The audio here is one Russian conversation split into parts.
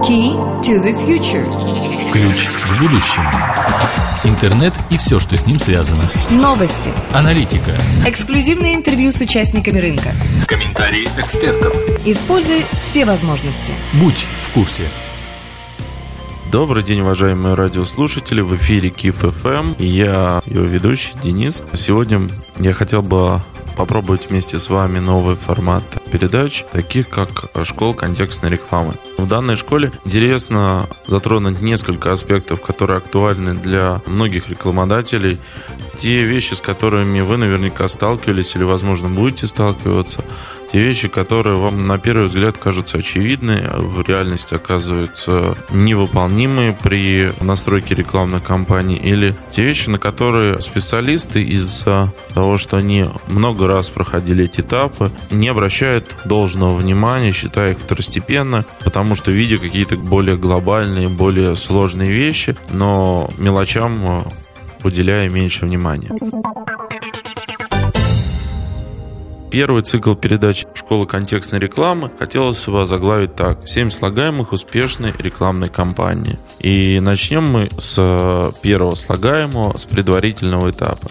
Key to the future. Ключ к будущему. Интернет и все, что с ним связано. Новости. Аналитика. Эксклюзивные интервью с участниками рынка. Комментарии экспертов. Используй все возможности. Будь в курсе. Добрый день, уважаемые радиослушатели, в эфире КИФ ФМ, и я его ведущий Денис. Сегодня я хотел бы попробовать вместе с вами новый формат передач, таких как школа контекстной рекламы. В данной школе интересно затронуть несколько аспектов, которые актуальны для многих рекламодателей, те вещи, с которыми вы наверняка сталкивались или, возможно, будете сталкиваться. Те вещи, которые вам на первый взгляд кажутся очевидны, в реальности оказываются невыполнимы при настройке рекламной кампании, или те вещи, на которые специалисты из-за того, что они много раз проходили эти этапы, не обращают должного внимания, считая их второстепенно, потому что видя какие-то более глобальные, более сложные вещи, но мелочам уделяя меньше внимания. Первый цикл передач «Школа контекстной рекламы» хотелось бы озаглавить так: 7 слагаемых успешной рекламной кампании. И начнем мы с первого слагаемого, с предварительного этапа.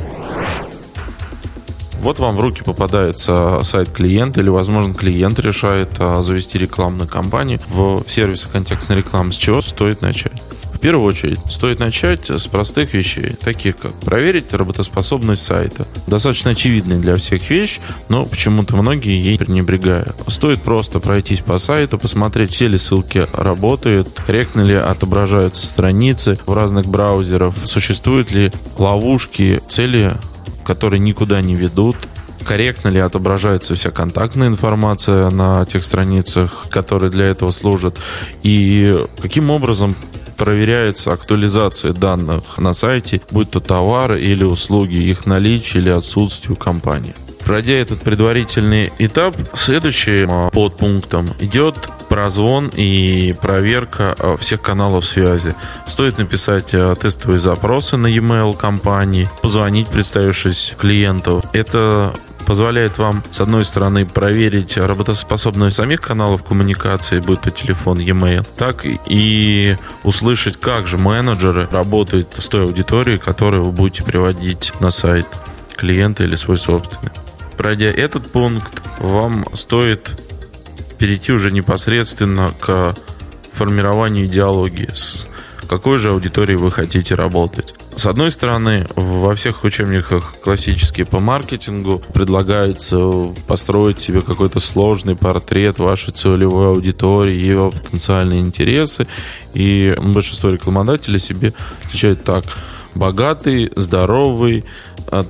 Вот вам в руки попадается сайт клиента, или, возможно, клиент решает завести рекламную кампанию в сервисе контекстной рекламы. С чего стоит начать? В первую очередь, стоит начать с простых вещей, таких как проверить работоспособность сайта. Достаточно очевидная для всех вещь, но почему-то многие ей пренебрегают. Стоит просто пройтись по сайту, посмотреть, все ли ссылки работают, корректно ли отображаются страницы в разных браузерах, существуют ли ловушки, цели, которые никуда не ведут, корректно ли отображается вся контактная информация на тех страницах, которые для этого служат, и каким образом проверяется актуализация данных на сайте, будь то товары или услуги, их наличие или отсутствие у компании. Пройдя этот предварительный этап, следующим подпунктом идет прозвон и проверка всех каналов связи. Стоит написать тестовые запросы на e-mail компании, позвонить, представившись клиенту. Это позволяет вам, с одной стороны, проверить работоспособность самих каналов коммуникации, будь то телефон, e-mail, так и услышать, как же менеджеры работают с той аудиторией, которую вы будете приводить на сайт клиента или свой собственный. Пройдя этот пункт, вам стоит перейти уже непосредственно к формированию идеологии, с какой же аудиторией вы хотите работать. С одной стороны, во всех учебниках классические по маркетингу предлагается построить себе какой-то сложный портрет вашей целевой аудитории, ее потенциальные интересы, и большинство рекламодателей себе отвечают так: богатый, здоровый, от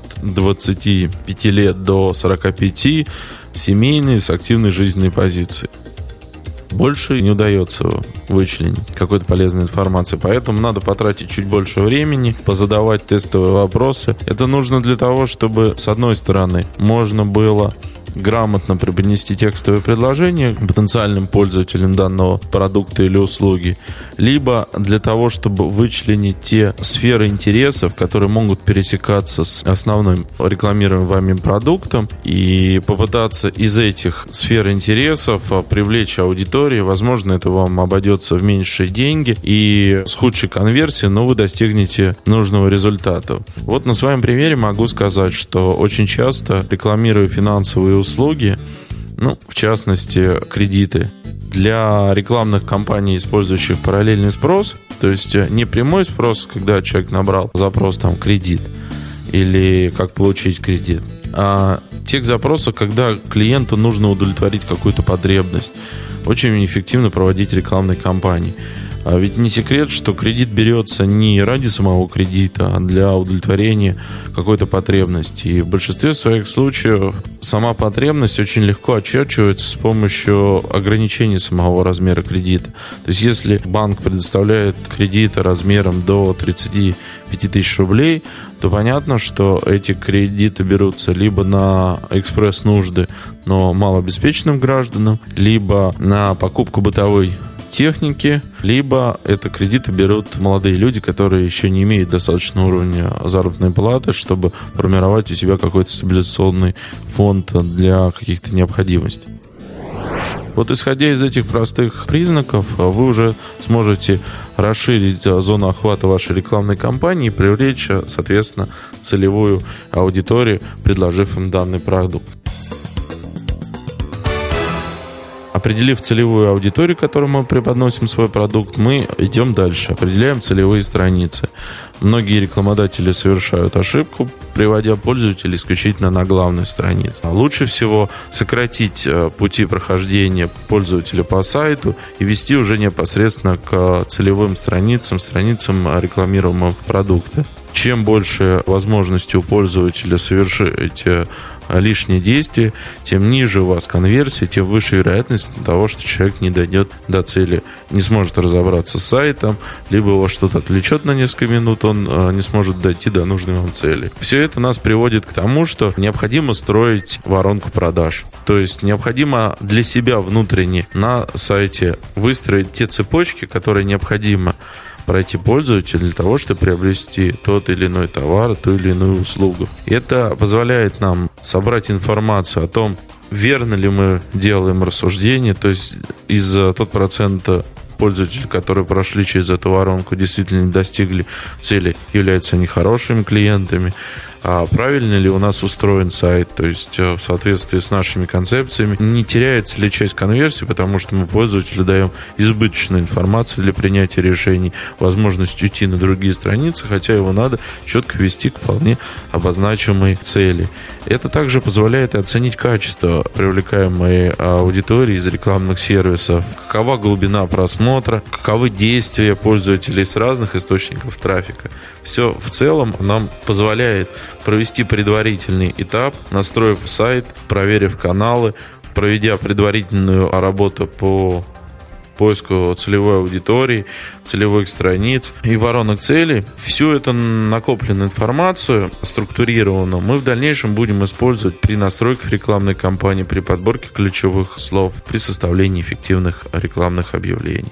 25 лет до 45, семейный, с активной жизненной позицией. Больше не удается вычленить какой-то полезной информации, поэтому надо потратить чуть больше времени, позадавать тестовые вопросы. Это нужно для того, чтобы, с одной стороны, можно было грамотно преподнести текстовое предложение потенциальным пользователям данного продукта или услуги, либо для того, чтобы вычленить те сферы интересов, которые могут пересекаться с основным рекламируемым вами продуктом, и попытаться из этих сфер интересов привлечь аудиторию. Возможно, это вам обойдется в меньшие деньги и с худшей конверсией, но вы достигнете нужного результата. Вот на своем примере могу сказать, что очень часто, рекламируя финансовые услуги, в частности, кредиты, для рекламных кампаний, использующих параллельный спрос, то есть не прямой спрос, когда человек набрал запрос кредит или как получить кредит, а тех запросов, когда клиенту нужно удовлетворить какую-то потребность, очень эффективно проводить рекламные кампании. А ведь не секрет, что кредит берется не ради самого кредита, а для удовлетворения какой-то потребности. И в большинстве своих случаев сама потребность очень легко очерчивается с помощью ограничений самого размера кредита. То есть если банк предоставляет кредиты размером до 35 тысяч рублей, то понятно, что эти кредиты берутся либо на экспресс-нужды, но малообеспеченным гражданам, либо на покупку бытовой техники, либо это кредиты берут молодые люди, которые еще не имеют достаточного уровня заработной платы, чтобы формировать у себя какой-то стабилизационный фонд для каких-то необходимостей. Вот исходя из этих простых признаков, вы уже сможете расширить зону охвата вашей рекламной кампании и привлечь, соответственно, целевую аудиторию, предложив им данный продукт. Определив целевую аудиторию, которой мы преподносим свой продукт, мы идем дальше, определяем целевые страницы. Многие рекламодатели совершают ошибку, приводя пользователей исключительно на главную страницу. Лучше всего сократить пути прохождения пользователя по сайту и вести уже непосредственно к целевым страницам рекламируемого продукта. Чем больше возможностей у пользователя совершить лишние действия, тем ниже у вас конверсия, тем выше вероятность того, что человек не дойдет до цели, не сможет разобраться с сайтом, либо его что-то отвлечет на несколько минут, он не сможет дойти до нужной вам цели. Все это нас приводит к тому, что необходимо строить воронку продаж. То есть необходимо для себя внутренне на сайте выстроить те цепочки, которые необходимо пройти пользователю для того, чтобы приобрести тот или иной товар, ту или иную услугу. Это позволяет нам собрать информацию о том, верно ли мы делаем рассуждение, то есть из тот процент пользователей, которые прошли через эту воронку, действительно не достигли цели, являются они хорошими клиентами. А правильно ли у нас устроен сайт, то есть в соответствии с нашими концепциями, не теряется ли часть конверсии, потому что мы пользователю даем избыточную информацию для принятия решений, возможность уйти на другие страницы, хотя его надо четко вести к вполне обозначимой цели. Это также позволяет оценить качество привлекаемой аудитории из рекламных сервисов, какова глубина просмотра, каковы действия пользователей с разных источников трафика. Все в целом нам позволяет провести предварительный этап, настроив сайт, проверив каналы, проведя предварительную работу по поиску целевой аудитории, целевых страниц и воронок целей. Всю эту накопленную информацию структурированную мы в дальнейшем будем использовать при настройках рекламной кампании, при подборке ключевых слов, при составлении эффективных рекламных объявлений.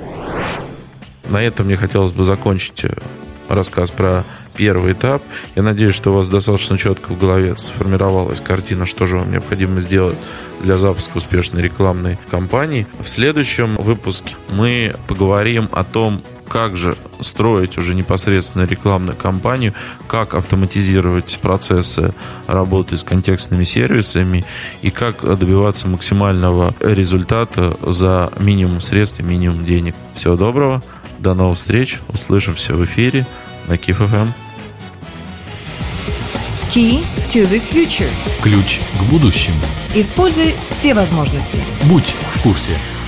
На этом мне хотелось бы закончить рассказ про первый этап. Я надеюсь, что у вас достаточно четко в голове сформировалась картина, что же вам необходимо сделать для запуска успешной рекламной кампании. В следующем выпуске мы поговорим о том, как же строить уже непосредственно рекламную кампанию, как автоматизировать процессы работы с контекстными сервисами и как добиваться максимального результата за минимум средств и минимум денег. Всего доброго, до новых встреч, услышимся в эфире на KIF FM. Key to the future. Ключ к будущему. Используй все возможности. Будь в курсе.